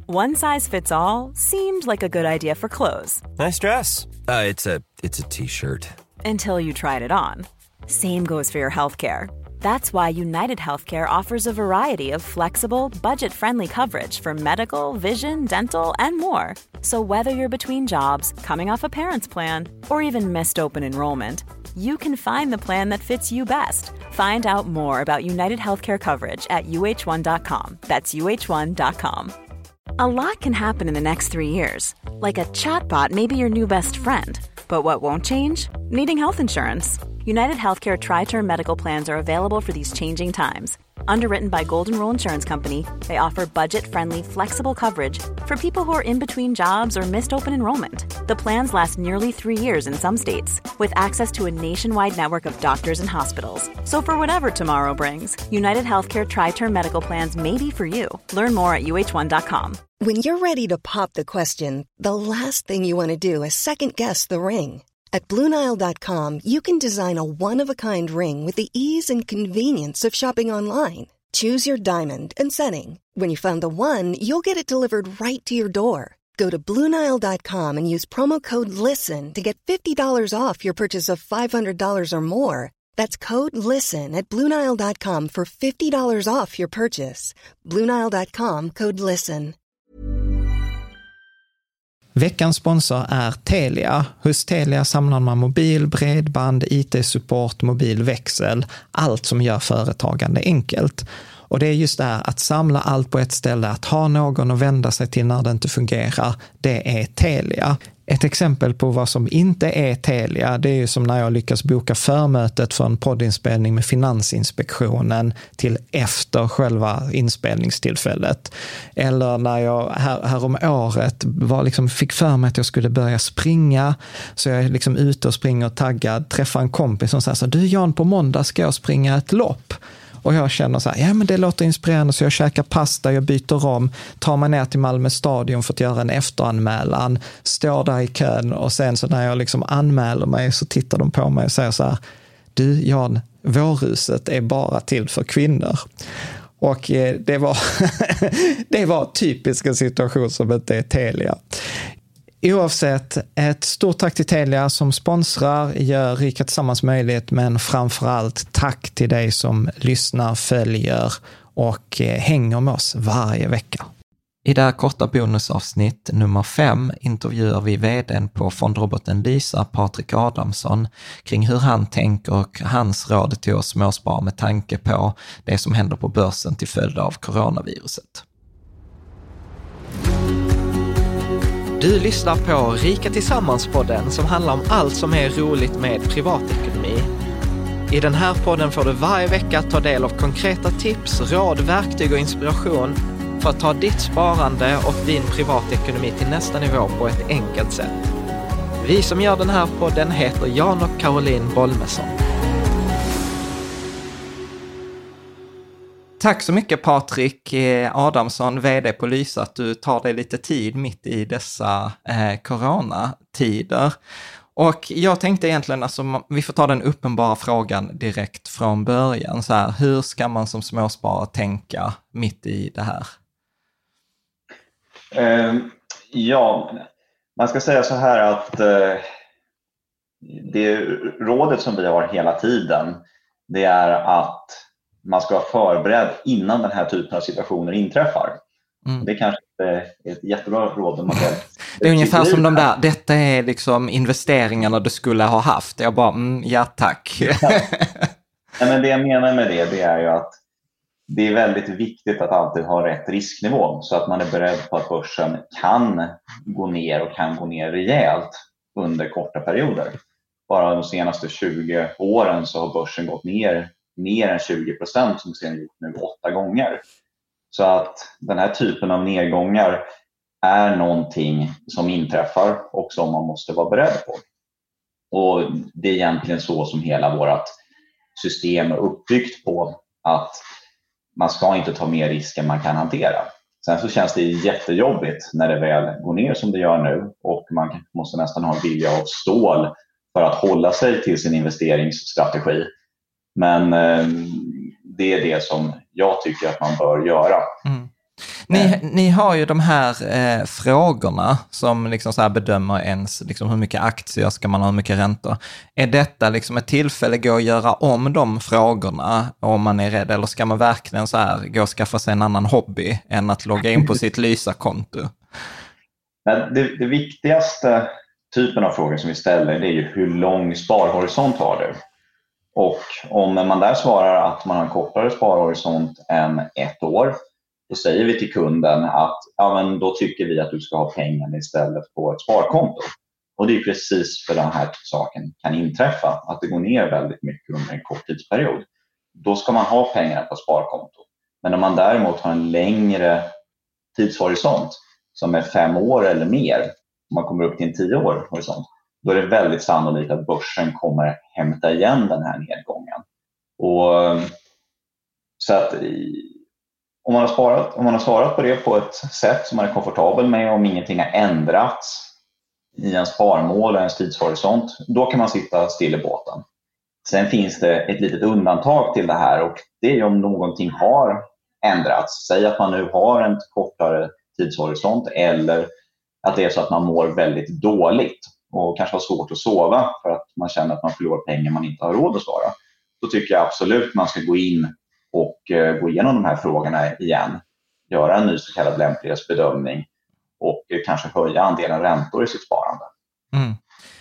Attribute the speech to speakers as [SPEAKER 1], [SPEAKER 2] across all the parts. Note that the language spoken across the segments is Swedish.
[SPEAKER 1] One size fits all seemed like a good idea for clothes.
[SPEAKER 2] Nice dress. It's a t-shirt.
[SPEAKER 1] Until you tried it on. Same goes for your healthcare. That's why United Healthcare offers a variety of flexible, budget-friendly coverage for medical, vision, dental, and more. So whether you're between jobs, coming off a parent's plan, or even missed open enrollment, you can find the plan that fits you best. Find out more about United Healthcare coverage at uh1.com. That's uh1.com. A lot can happen in the next 3 years. Like a chatbot may be your new best friend. But what won't change? Needing health insurance. United Healthcare Tri-Term Medical Plans are available for these changing times. Underwritten by Golden Rule Insurance Company, they offer budget-friendly, flexible coverage for people who are in between jobs or missed open enrollment. The plans last nearly 3 years in some states, with access to a nationwide network of doctors and hospitals. So for whatever tomorrow brings, United Healthcare Tri-Term Medical Plans may be for you. Learn more at uh1.com.
[SPEAKER 3] When you're ready to pop the question, the last thing you want to do is second-guess the ring. At BlueNile.com, you can design a one-of-a-kind ring with the ease and convenience of shopping online. Choose your diamond and setting. When you find the one, you'll get it delivered right to your door. Go to BlueNile.com and use promo code LISTEN to get $50 off your purchase of $500 or more. That's code LISTEN at BlueNile.com for $50 off your purchase. BlueNile.com, code LISTEN.
[SPEAKER 4] Veckans sponsor är Telia. Hos Telia samlar man mobil, bredband, IT-support, mobilväxel, allt som gör företagande enkelt. Och det är just det här att samla allt på ett ställe, att ha någon att vända sig till när det inte fungerar, det är Telia. Ett exempel på vad som inte är Telia, det är ju som när jag lyckas boka förmötet för en poddinspelning med Finansinspektionen till efter själva inspelningstillfället. Eller när jag här om året fick för mig att jag skulle börja springa, så jag är liksom ute och springer och taggad, träffar en kompis som säger så: du Jan, på måndag ska jag springa ett lopp. Och jag känner så här, ja men det låter inspirerande, så jag käkar pasta, jag byter om, tar mig ner till Malmö stadion för att göra en efteranmälan, står där i kön, och sen så när jag liksom anmäler mig så tittar de på mig och säger så här: du Jan, vårhuset är bara till för kvinnor. Och det var typisk en situation som inte är Telia. Oavsett, ett stort tack till Telia som sponsrar, gör Rika Tillsammans möjligt, men framförallt tack till dig som lyssnar, följer och hänger med oss varje vecka. I det här korta bonusavsnitt nummer 5 intervjuar vi vdn på fondroboten Lysa, Patrik Adamsson, kring hur han tänker och hans råd till oss småsparare med tanke på det som händer på börsen till följd av coronaviruset. Du lyssnar på Rika Tillsammans-podden som handlar om allt som är roligt med privatekonomi. I den här podden får du varje vecka ta del av konkreta tips, råd, verktyg och inspiration för att ta ditt sparande och din privatekonomi till nästa nivå på ett enkelt sätt. Vi som gör den här podden heter Jan och Caroline Bolmesson. Tack så mycket Patrik Adamsson, vd på Lysa, att du tar dig lite tid mitt i dessa coronatider. Och jag tänkte egentligen, vi får ta den uppenbara frågan direkt från början. Så här, hur ska man som småsparare tänka mitt i det här?
[SPEAKER 5] Ja, man ska säga så här att det rådet som vi har hela tiden, det är att man ska vara förberedd innan den här typen av situationer inträffar. Det kanske inte är ett jättebra råd.
[SPEAKER 4] Det är ungefär som de där, detta är liksom investeringarna du skulle ha haft. Jag bara, ja tack.
[SPEAKER 5] Ja. Men det jag menar med det är ju att det är väldigt viktigt att alltid ha rätt risknivå, så att man är beredd på att börsen kan gå ner och kan gå ner rejält under korta perioder. Bara de senaste 20 åren så har börsen gått ner mer än 20%, som vi har gjort nu 8 gånger. Så att den här typen av nedgångar är någonting som inträffar och som man måste vara beredd på. Och det är egentligen så som hela vårt system är uppbyggt på, att man ska inte ta mer risk än man kan hantera. Sen så känns det jättejobbigt när det väl går ner som det gör nu, och man måste nästan ha en vilja av stål för att hålla sig till sin investeringsstrategi. Men det är det som jag tycker att man bör göra.
[SPEAKER 4] Ni har ju de här frågorna som liksom så här bedömer ens liksom hur mycket aktier ska man ha, hur mycket räntor. Är detta liksom ett tillfälle gå och göra om de frågorna om man är rädd, eller ska man verkligen så här gå och skaffa sig en annan hobby än att logga in på sitt Lysa-konto?
[SPEAKER 5] Det viktigaste typen av frågor som vi ställer, det är ju hur lång sparhorisont har du? Och om man där svarar att man har en kortare sparhorisont än 1 år, då säger vi till kunden att men då tycker vi att du ska ha pengarna istället på ett sparkonto. Och det är precis för den här saken kan inträffa, att det går ner väldigt mycket under en kort tidsperiod. Då ska man ha pengarna på sparkonto. Men om man däremot har en längre tidshorisont som är 5 år eller mer, om man kommer upp till en 10 år horisont, då är det väldigt sannolikt att börsen kommer hämta igen den här nedgången. Och så att om man har svarat på det på ett sätt som man är komfortabel med, om ingenting har ändrats i ens sparmål och ens tidshorisont, då kan man sitta still i båten. Sen finns det ett litet undantag till det här, och det är om någonting har ändrats. Säg att man nu har en kortare tidshorisont, eller att det är så att man mår väldigt dåligt och kanske har svårt att sova för att man känner att man förlorar pengar man inte har råd att spara. Då tycker jag absolut man ska gå in och gå igenom de här frågorna igen. Göra en ny så kallad lämplighetsbedömning och kanske höja andelen räntor i sitt sparande.
[SPEAKER 4] Mm.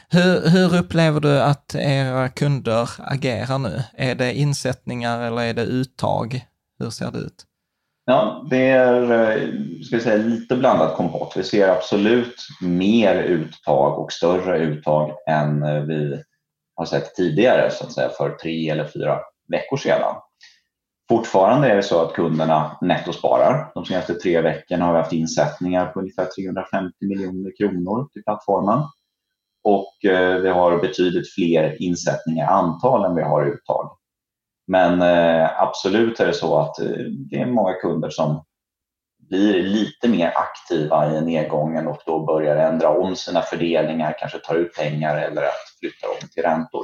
[SPEAKER 4] Hur upplever du att era kunder agerar nu? Är det insättningar eller är det uttag? Hur ser det ut?
[SPEAKER 5] Ja, det är ska vi säga, lite blandad kompott. Vi ser absolut mer uttag och större uttag än vi har sett tidigare, så att säga, för 3 eller 4 veckor sedan. Fortfarande är det så att kunderna nettosparar. De senaste 3 veckorna har vi haft insättningar på ungefär 350 miljoner kronor till plattformen. Och vi har betydligt fler insättningar i antal än vi har uttag. Men absolut är det så att det är många kunder som blir lite mer aktiva i nedgången och då börjar ändra om sina fördelningar, kanske tar ut pengar eller att flytta dem till räntor.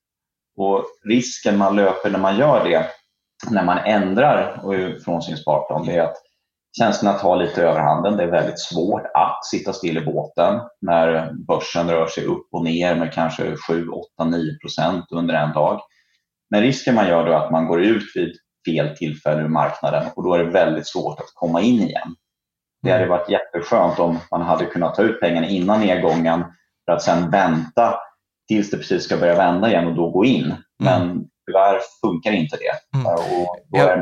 [SPEAKER 5] Och risken man löper när man gör det, när man ändrar från sin sparplan, det är att känslorna tar lite överhanden. Det är väldigt svårt att sitta still i båten när börsen rör sig upp och ner med kanske 7, 8, 9% under en dag. Men risken man gör då är att man går ut vid fel tillfälle ur marknaden, och då är det väldigt svårt att komma in igen. Det hade varit jätteskönt om man hade kunnat ta ut pengarna innan nedgången för att sedan vänta tills det precis ska börja vända igen och då gå in. Men tyvärr funkar inte det. Och då är det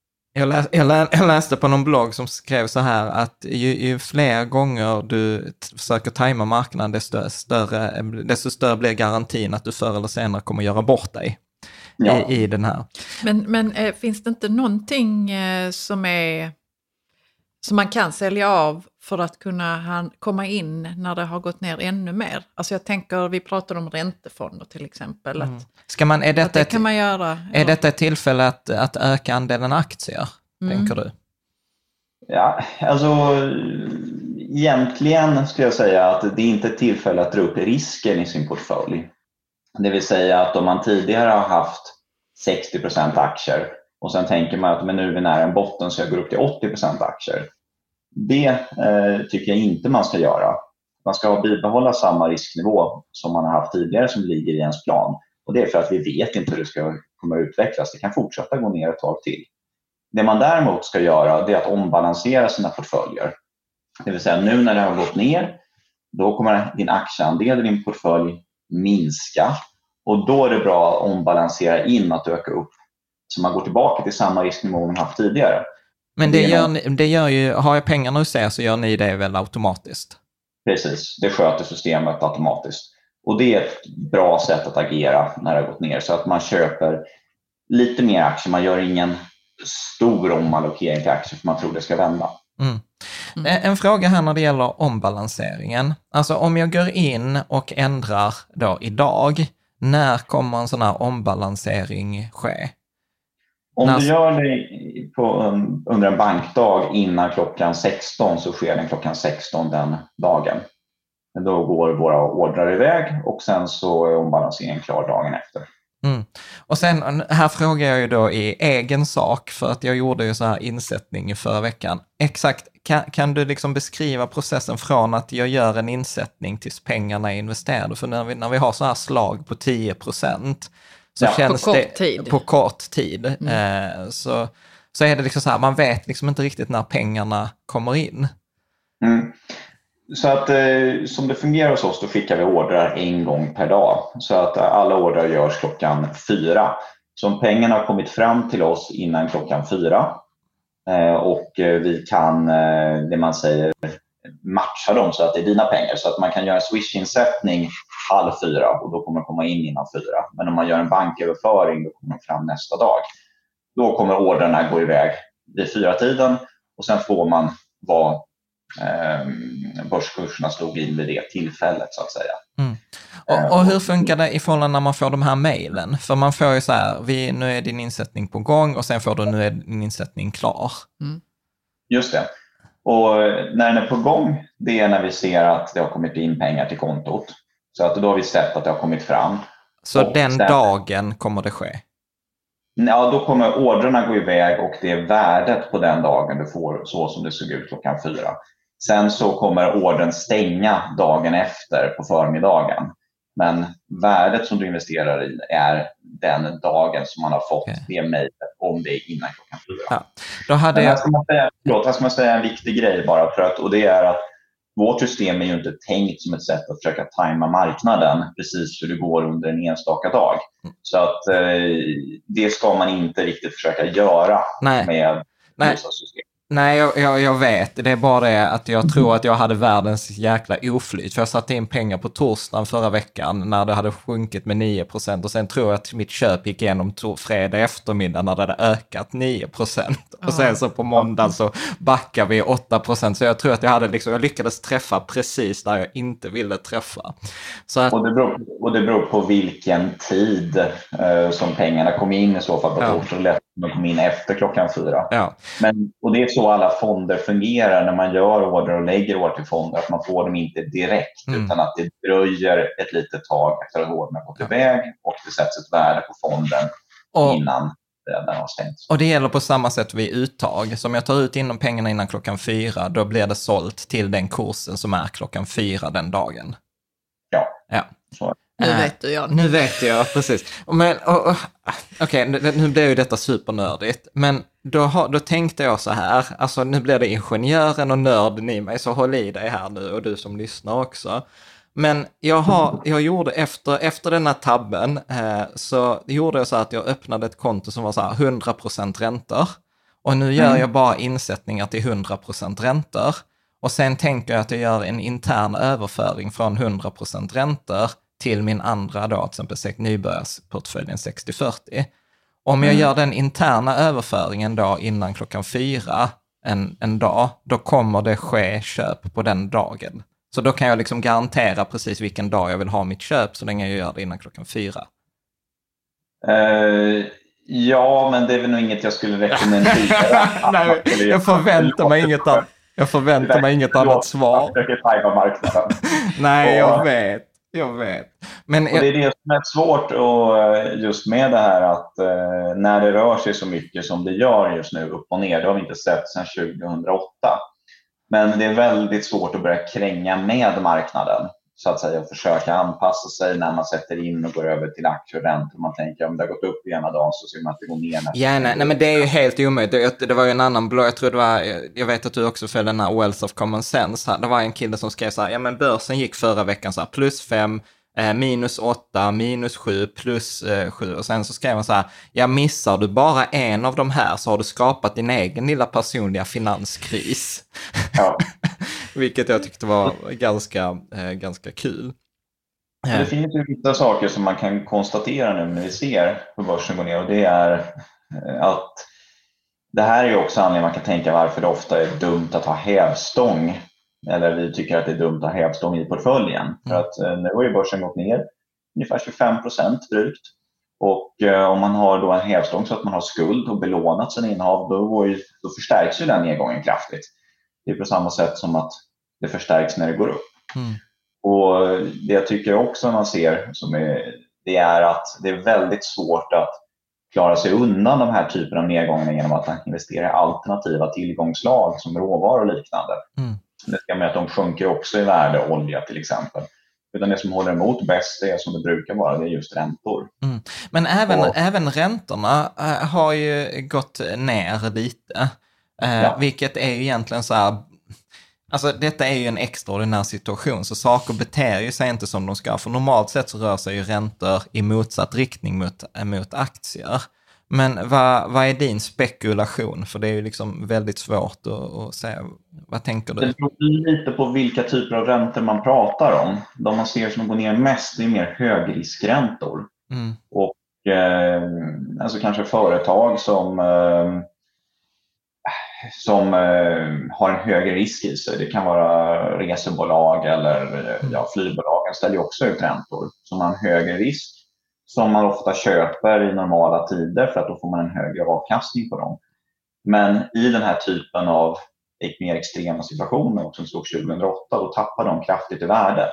[SPEAKER 5] bättre.
[SPEAKER 4] Jag läste på någon blogg som skrev så här att ju fler gånger du försöker tajma marknaden, desto större blir garantin att du förr eller senare kommer göra bort dig. Ja. I den här.
[SPEAKER 6] Men finns det inte någonting som man kan sälja av för att kunna komma in när det har gått ner ännu mer? Alltså jag tänker, vi pratar om räntefonder till exempel. Det kan man göra.
[SPEAKER 4] Är detta ett tillfälle att öka andelen aktier, tänker du?
[SPEAKER 5] Ja, alltså egentligen skulle jag säga att det är inte ett tillfälle att dra upp risken i sin portfölj. Det vill säga att om man tidigare har haft 60% aktier och sen tänker man att men nu är vi nära en botten så jag går upp till 80% aktier. Det tycker jag inte man ska göra. Man ska bibehålla samma risknivå som man har haft tidigare som ligger i ens plan. Och det är för att vi vet inte hur det ska komma att utvecklas. Det kan fortsätta gå ner ett tag till. Det man däremot ska göra, det är att ombalansera sina portföljer. Det vill säga nu när det har gått ner, då kommer din aktieandel i din portfölj minska. Och då är det bra att ombalansera in, att öka upp. Så man går tillbaka till samma risknivå man haft tidigare.
[SPEAKER 4] Men det gör ju, har jag pengarna hos er så gör ni det väl automatiskt?
[SPEAKER 5] Precis, det sköter systemet automatiskt. Och det är ett bra sätt att agera när det har gått ner. Så att man köper lite mer aktier. Man gör ingen stor omallokering till aktier för man tror det ska vända.
[SPEAKER 4] En fråga här när det gäller ombalanseringen. Alltså om jag går in och ändrar då idag, när kommer en sån här ombalansering ske?
[SPEAKER 5] Om du gör det under en bankdag innan klockan 16 så sker den klockan 16 den dagen. Då går våra ordrar iväg och sen så är ombalanseringen klar dagen efter.
[SPEAKER 4] Och sen här frågar jag ju då i egen sak, för att jag gjorde ju så här insättning i förra veckan. Exakt, kan du liksom beskriva processen från att jag gör en insättning tills pengarna är investerade? För när vi har så här slag på 10%, så känns på kort tid. Så är det liksom så här, man vet liksom inte riktigt när pengarna kommer in.
[SPEAKER 5] Så att som det fungerar hos oss, då skickar vi ordrar en gång per dag. Så att alla ordrar görs klockan 4. Så om pengarna har kommit fram till oss innan klockan 4 och vi kan, det man säger, matcha dem så att det är dina pengar. Så att man kan göra en Swish-insättning 3:30 och då kommer de komma in innan 4. Men om man gör en banköverföring, då kommer de fram nästa dag. Då kommer ordrarna gå iväg vid 4-tiden och sen får man vad börskurserna stod in vid det tillfället, så att säga.
[SPEAKER 4] Och hur funkar det i förhållande när man får de här mejlen? För man får ju så här, nu är din insättning på gång, och sen får du, nu är din insättning klar.
[SPEAKER 5] Just det. Och när den är på gång, det är när vi ser att det har kommit in pengar till kontot. Så att då har vi sett att det har kommit fram.
[SPEAKER 4] Så och den dagen kommer det ske?
[SPEAKER 5] Ja, då kommer ordrarna gå iväg och det är värdet på den dagen du får, så som det såg ut klockan 4. Sen så kommer ordern stänga dagen efter på förmiddagen. Men värdet som du investerar i är den dagen som man har fått det mejlet, om det är innan klockan 4.
[SPEAKER 4] Ja, då hade jag...
[SPEAKER 5] Här ska man säga en viktig grej bara, och det är att vårt system är ju inte tänkt som ett sätt att försöka tajma marknaden precis hur det går under en enstaka dag. Så att det ska man inte riktigt försöka göra med bostadssystem.
[SPEAKER 4] Nej, jag vet. Det är bara det att jag tror att jag hade världens jäkla oflyt. För jag satte in pengar på torsdagen förra veckan när det hade sjunkit med 9%. Och sen tror jag att mitt köp gick igenom fredag eftermiddag när det hade ökat 9%. Och sen så på måndag så backar vi 8%. Så jag tror att jag lyckades träffa precis där jag inte ville träffa. Så att...
[SPEAKER 5] och det beror på vilken tid som pengarna kom in i så fall på torsdag. De kom in efter klockan 4.
[SPEAKER 4] Ja.
[SPEAKER 5] Och det är så alla fonder fungerar när man gör order och lägger order till fonder. Att man får dem inte direkt utan att det dröjer ett litet tag efter att ordern har gått iväg och det sätts ett värde på fonden innan den har stängts.
[SPEAKER 4] Och det gäller på samma sätt vid uttag. Så om jag tar ut inom pengarna innan klockan 4, då blir det sålt till den kursen som är klockan 4 den dagen.
[SPEAKER 5] Ja. Så.
[SPEAKER 6] Nu vet du, Jan.
[SPEAKER 4] Nu vet jag, precis. Okej, nu blir ju detta supernördigt. Men då tänkte jag så här. Alltså nu blir det ingenjören och nörden i mig, så håll i dig här nu, och du som lyssnar också. Men jag gjorde efter den här tabben så gjorde jag så att jag öppnade ett konto som var så här 100% räntor. Och nu gör jag bara insättningar till 100% räntor. Och sen tänker jag att jag gör en intern överföring från 100% räntor till min andra då, till exempel nybörjarsportföljen 60-40. Om jag gör den interna överföringen då innan klockan 4 en dag, då kommer det ske köp på den dagen. Så då kan jag liksom garantera precis vilken dag jag vill ha mitt köp, så länge jag gör det innan klockan 4.
[SPEAKER 5] Ja, men det är väl nog inget jag skulle rekommendera.
[SPEAKER 4] Nej, jag förväntar mig inget annat svar. Nej, jag vet. Men
[SPEAKER 5] och det är det som är svårt och just med det här att när det rör sig så mycket som det gör just nu upp och ner, det har vi inte sett sedan 2008. Men det är väldigt svårt att börja kränga med marknaden, så att säga, och försöka anpassa sig när man sätter in och går över till aktier och räntor. Man tänker om det har gått upp i ena dagen så ser man att det går ner nästa.
[SPEAKER 4] Ja, nej, men det är ju helt omöjligt. Det var ju en annan blogg, jag vet att du också följer den här Wealth of Common Sense här. Det var en kille som skrev så här, ja men börsen gick förra veckan så här +5, -8, -7, +7, och sen så skrev han så här, ja missar du bara en av de här så har du skapat din egen lilla personliga finanskris.
[SPEAKER 5] Ja. Vilket
[SPEAKER 4] jag tyckte var ganska kul.
[SPEAKER 5] Det finns ju vissa saker som man kan konstatera nu när vi ser hur börsen går ner, och det är att det här är ju också anledningen man kan tänka varför det ofta är dumt att ha hävstång, eller vi tycker att det är dumt att ha hävstång i portföljen. För att nu har ju börsen gått ner ungefär 25% drygt, och om man har då en hävstång så att man har skuld och belånat sin innehav, då förstärks ju den nedgången kraftigt. Det är på samma sätt som att det förstärks när det går upp. Och det jag tycker också man ser som är det är att det är väldigt svårt att klara sig undan de här typerna av nedgångar genom att investera i alternativa tillgångslag som råvaror och liknande. Det ska med att de sjunker också i värde, olja till exempel. Utan det som håller emot bäst är som det brukar vara, det är just räntor.
[SPEAKER 4] Men även räntorna har ju gått ner lite. Vilket är ju egentligen så här, alltså detta är ju en extraordinär situation, så saker beter ju sig inte som de ska. För normalt sett så rör sig ju räntor i motsatt riktning mot aktier. Men vad är din spekulation? För det är ju liksom väldigt svårt att säga. Vad tänker du?
[SPEAKER 5] Det beror lite på vilka typer av räntor man pratar om. De man ser som går ner mest är mer högriskräntor. Och alltså kanske företag som har en högre risk i sig. Det kan vara resebolag eller flygbolagen ställer ju också ut räntor som har en högre risk, som man ofta köper i normala tider för att då får man en högre avkastning på dem. Men i den här typen av mer extrema situationer som såg 2008, då tappar de kraftigt i värde.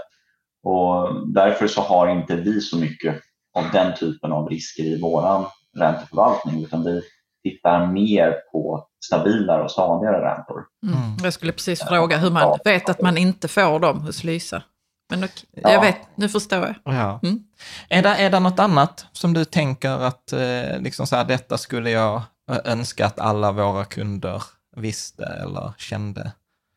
[SPEAKER 5] Och därför så har inte vi så mycket av den typen av risker i våran ränteförvaltning, utan vi tittar mer på stabilare och stadigare räntor.
[SPEAKER 6] Jag skulle precis fråga hur man vet att man inte får dem hos Lysa. Men jag vet, nu förstår jag.
[SPEAKER 4] Ja. Är det något annat som du tänker att liksom så här, detta skulle jag önska att alla våra kunder visste eller kände?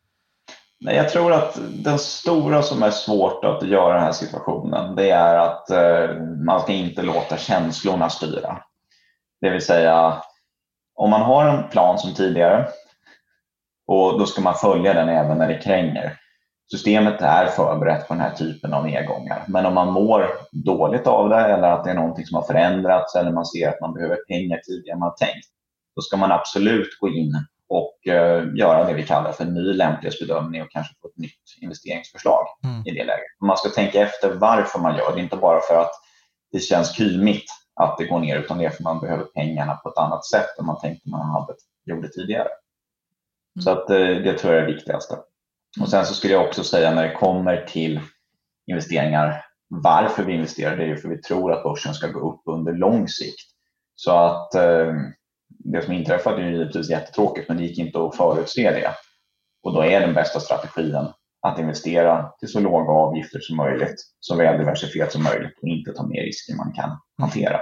[SPEAKER 5] Nej, jag tror att den stora som är svårt att göra i den här situationen, det är att man ska inte låta känslorna styra. Det vill säga, om man har en plan som tidigare, och då ska man följa den även när det kränger. Systemet är förberett på den här typen av nedgångar. Men om man mår dåligt av det, eller att det är någonting som har förändrats, eller man ser att man behöver pengar tidigare än man tänkt, då ska man absolut gå in och göra det vi kallar för en ny lämplighetsbedömning och kanske få ett nytt investeringsförslag i det läget. Man ska tänka efter varför man gör det, inte bara för att det känns kymigt att det går ner, utan det är för att man behöver pengarna på ett annat sätt än man tänkte man gjorde tidigare. Så att det tror jag är det viktigaste. Och sen så skulle jag också säga, när det kommer till investeringar, varför vi investerar, det är ju för vi tror att börsen ska gå upp under lång sikt. Så att det som inträffade är ju givetvis jättetråkigt, men det gick inte att förutse det. Och då är den bästa strategin att investera till så låga avgifter som möjligt, så väl diversifierat som möjligt, och inte ta mer risker man kan hantera.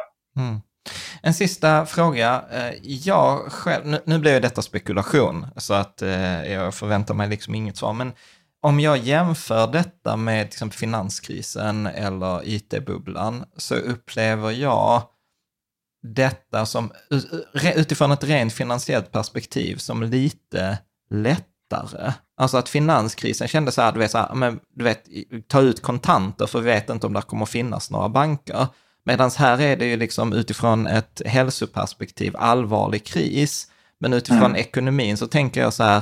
[SPEAKER 4] En sista fråga. Jag själv, nu blir ju detta spekulation, så att jag förväntar mig liksom inget svar, men om jag jämför detta med till exempel finanskrisen eller IT-bubblan, så upplever jag detta som, utifrån ett rent finansiellt perspektiv, som lite lättare. Alltså att finanskrisen kände så här, du vet, ta ut kontanter för vi vet inte om det kommer att finnas några banker. Medan här är det ju liksom utifrån ett hälsoperspektiv allvarlig kris. Men utifrån ekonomin så tänker jag så här,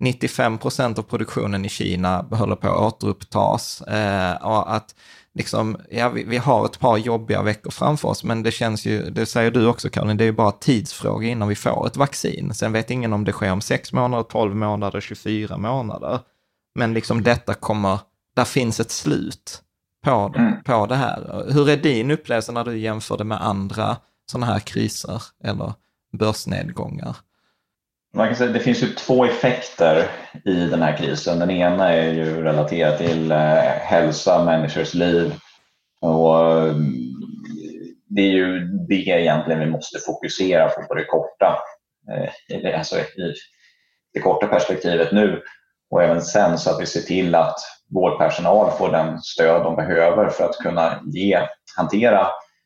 [SPEAKER 4] 95% av produktionen i Kina håller på att återupptas. Och att liksom, vi har ett par jobbiga veckor framför oss, men det känns ju, det säger du också Caroline, det är ju bara tidsfråga innan vi får ett vaccin. Sen vet ingen om det sker om 6 månader, 12 månader, 24 månader. Men liksom detta kommer, där finns ett slut på det här. Hur är din upplevelse när du jämför det med andra sådana här kriser eller börsnedgångar?
[SPEAKER 5] Man kan säga att det finns ju 2 effekter i den här krisen. Den ena är ju relaterad till hälsa, människors liv. Och det är ju det egentligen vi måste fokusera på det korta. Alltså i det korta perspektivet nu. Och även sen, så att vi ser till att vårdpersonal får den stöd de behöver för att kunna hantera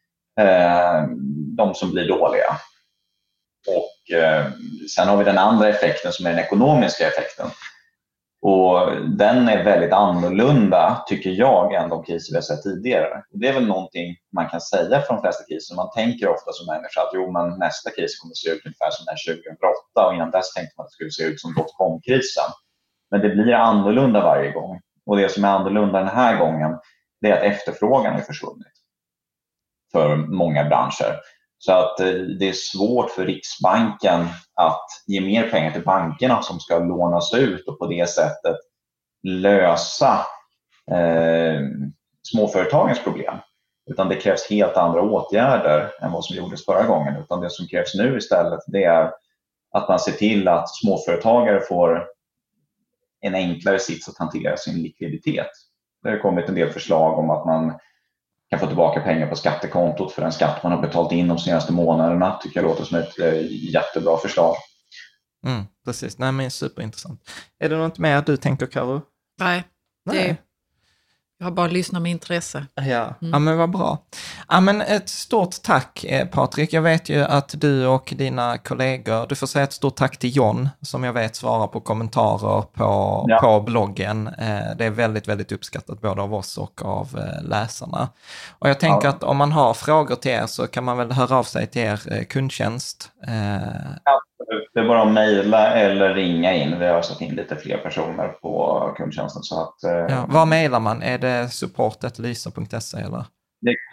[SPEAKER 5] de som blir dåliga. Och sen har vi den andra effekten som är den ekonomiska effekten. Och den är väldigt annorlunda, tycker jag, än de kriser vi har sett tidigare. Det är väl någonting man kan säga från de flesta kriser. Man tänker ofta som människa att men nästa kris kommer att se ut ungefär som den 2008. Och innan dess tänkte man att det skulle se ut som dotcom-krisen. Men det blir annorlunda varje gång. Och det som är annorlunda den här gången, det är att efterfrågan är försvunnit för många branscher. Så att det är svårt för Riksbanken att ge mer pengar till bankerna som ska lånas ut och på det sättet lösa småföretagens problem. Utan det krävs helt andra åtgärder än vad som gjordes förra gången. Utan det som krävs nu istället, det är att man ser till att småföretagare får en enklare sits att hantera sin likviditet. Det har kommit en del förslag om att man kan få tillbaka pengar på skattekontot för den skatt man har betalat in de senaste månaderna. Tycker jag låter som ett jättebra förslag.
[SPEAKER 4] Precis, nej men superintressant. Är det något mer du tänker, Karo?
[SPEAKER 6] Nej. Jag har bara lyssnat med intresse.
[SPEAKER 4] Ja, men vad bra. Ja, men ett stort tack, Patrik. Jag vet ju att du och dina kollegor, du får säga ett stort tack till John, som jag vet svarar på kommentarer på bloggen. Det är väldigt, väldigt uppskattat både av oss och av läsarna. Och jag tänker att om man har frågor till er så kan man väl höra av sig till er kundtjänst.
[SPEAKER 5] Det är bara att mejla eller ringa in. Vi har satt in lite fler personer på kundtjänsten. Så att,
[SPEAKER 4] vad mejlar man? Är det support@lysa.se eller?
[SPEAKER 5] Det är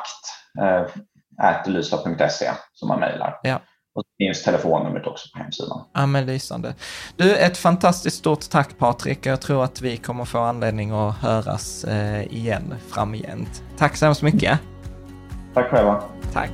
[SPEAKER 5] kontakt@lysa.se som man mejlar. Ja. Och det finns telefonnumret också på hemsidan.
[SPEAKER 4] Ja, men lysande. Du, ett fantastiskt stort tack, Patrik. Jag tror att vi kommer få anledning att höras igen framgent. Tack så hemskt mycket.
[SPEAKER 5] Tack själva.
[SPEAKER 4] Tack.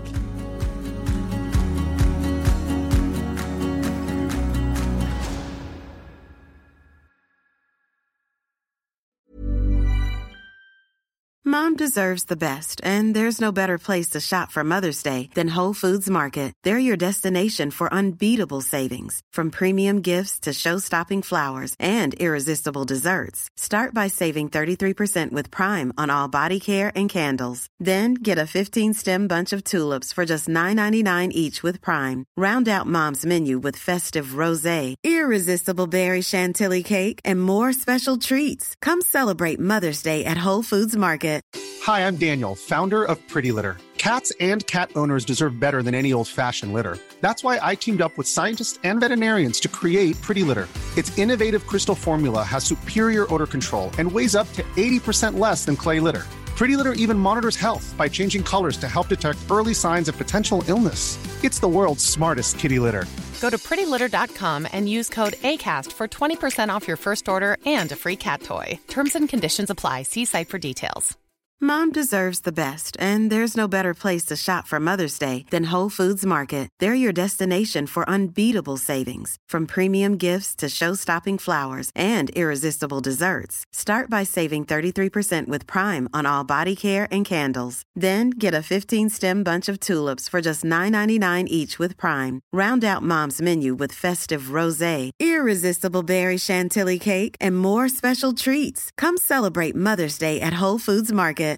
[SPEAKER 7] Mom deserves the best, and there's no better place to shop for Mother's Day than Whole Foods Market. They're your destination for unbeatable savings, from premium gifts to show-stopping flowers and irresistible desserts. Start by saving 33% with Prime on all body care and candles. Then get a 15-stem bunch of tulips for just $9.99 each with Prime. Round out Mom's menu with festive rosé, irresistible berry chantilly cake, and more special treats. Come celebrate Mother's Day at Whole Foods Market.
[SPEAKER 8] Hi, I'm Daniel, founder of Pretty Litter. Cats and cat owners deserve better than any old-fashioned litter. That's why I teamed up with scientists and veterinarians to create Pretty Litter. Its innovative crystal formula has superior odor control and weighs up to 80% less than clay litter. Pretty Litter even monitors health by changing colors to help detect early signs of potential illness. It's the world's smartest kitty litter.
[SPEAKER 9] Go to prettylitter.com and use code ACAST for 20% off your first order and a free cat toy. Terms and conditions apply. See site for details.
[SPEAKER 7] Mom deserves the best, and there's no better place to shop for Mother's Day than Whole Foods Market. They're your destination for unbeatable savings, from premium gifts to show-stopping flowers and irresistible desserts. Start by saving 33% with Prime on all body care and candles. Then get a 15-stem bunch of tulips for just $9.99 each with Prime. Round out Mom's menu with festive rosé, irresistible berry chantilly cake, and more special treats. Come celebrate Mother's Day at Whole Foods Market.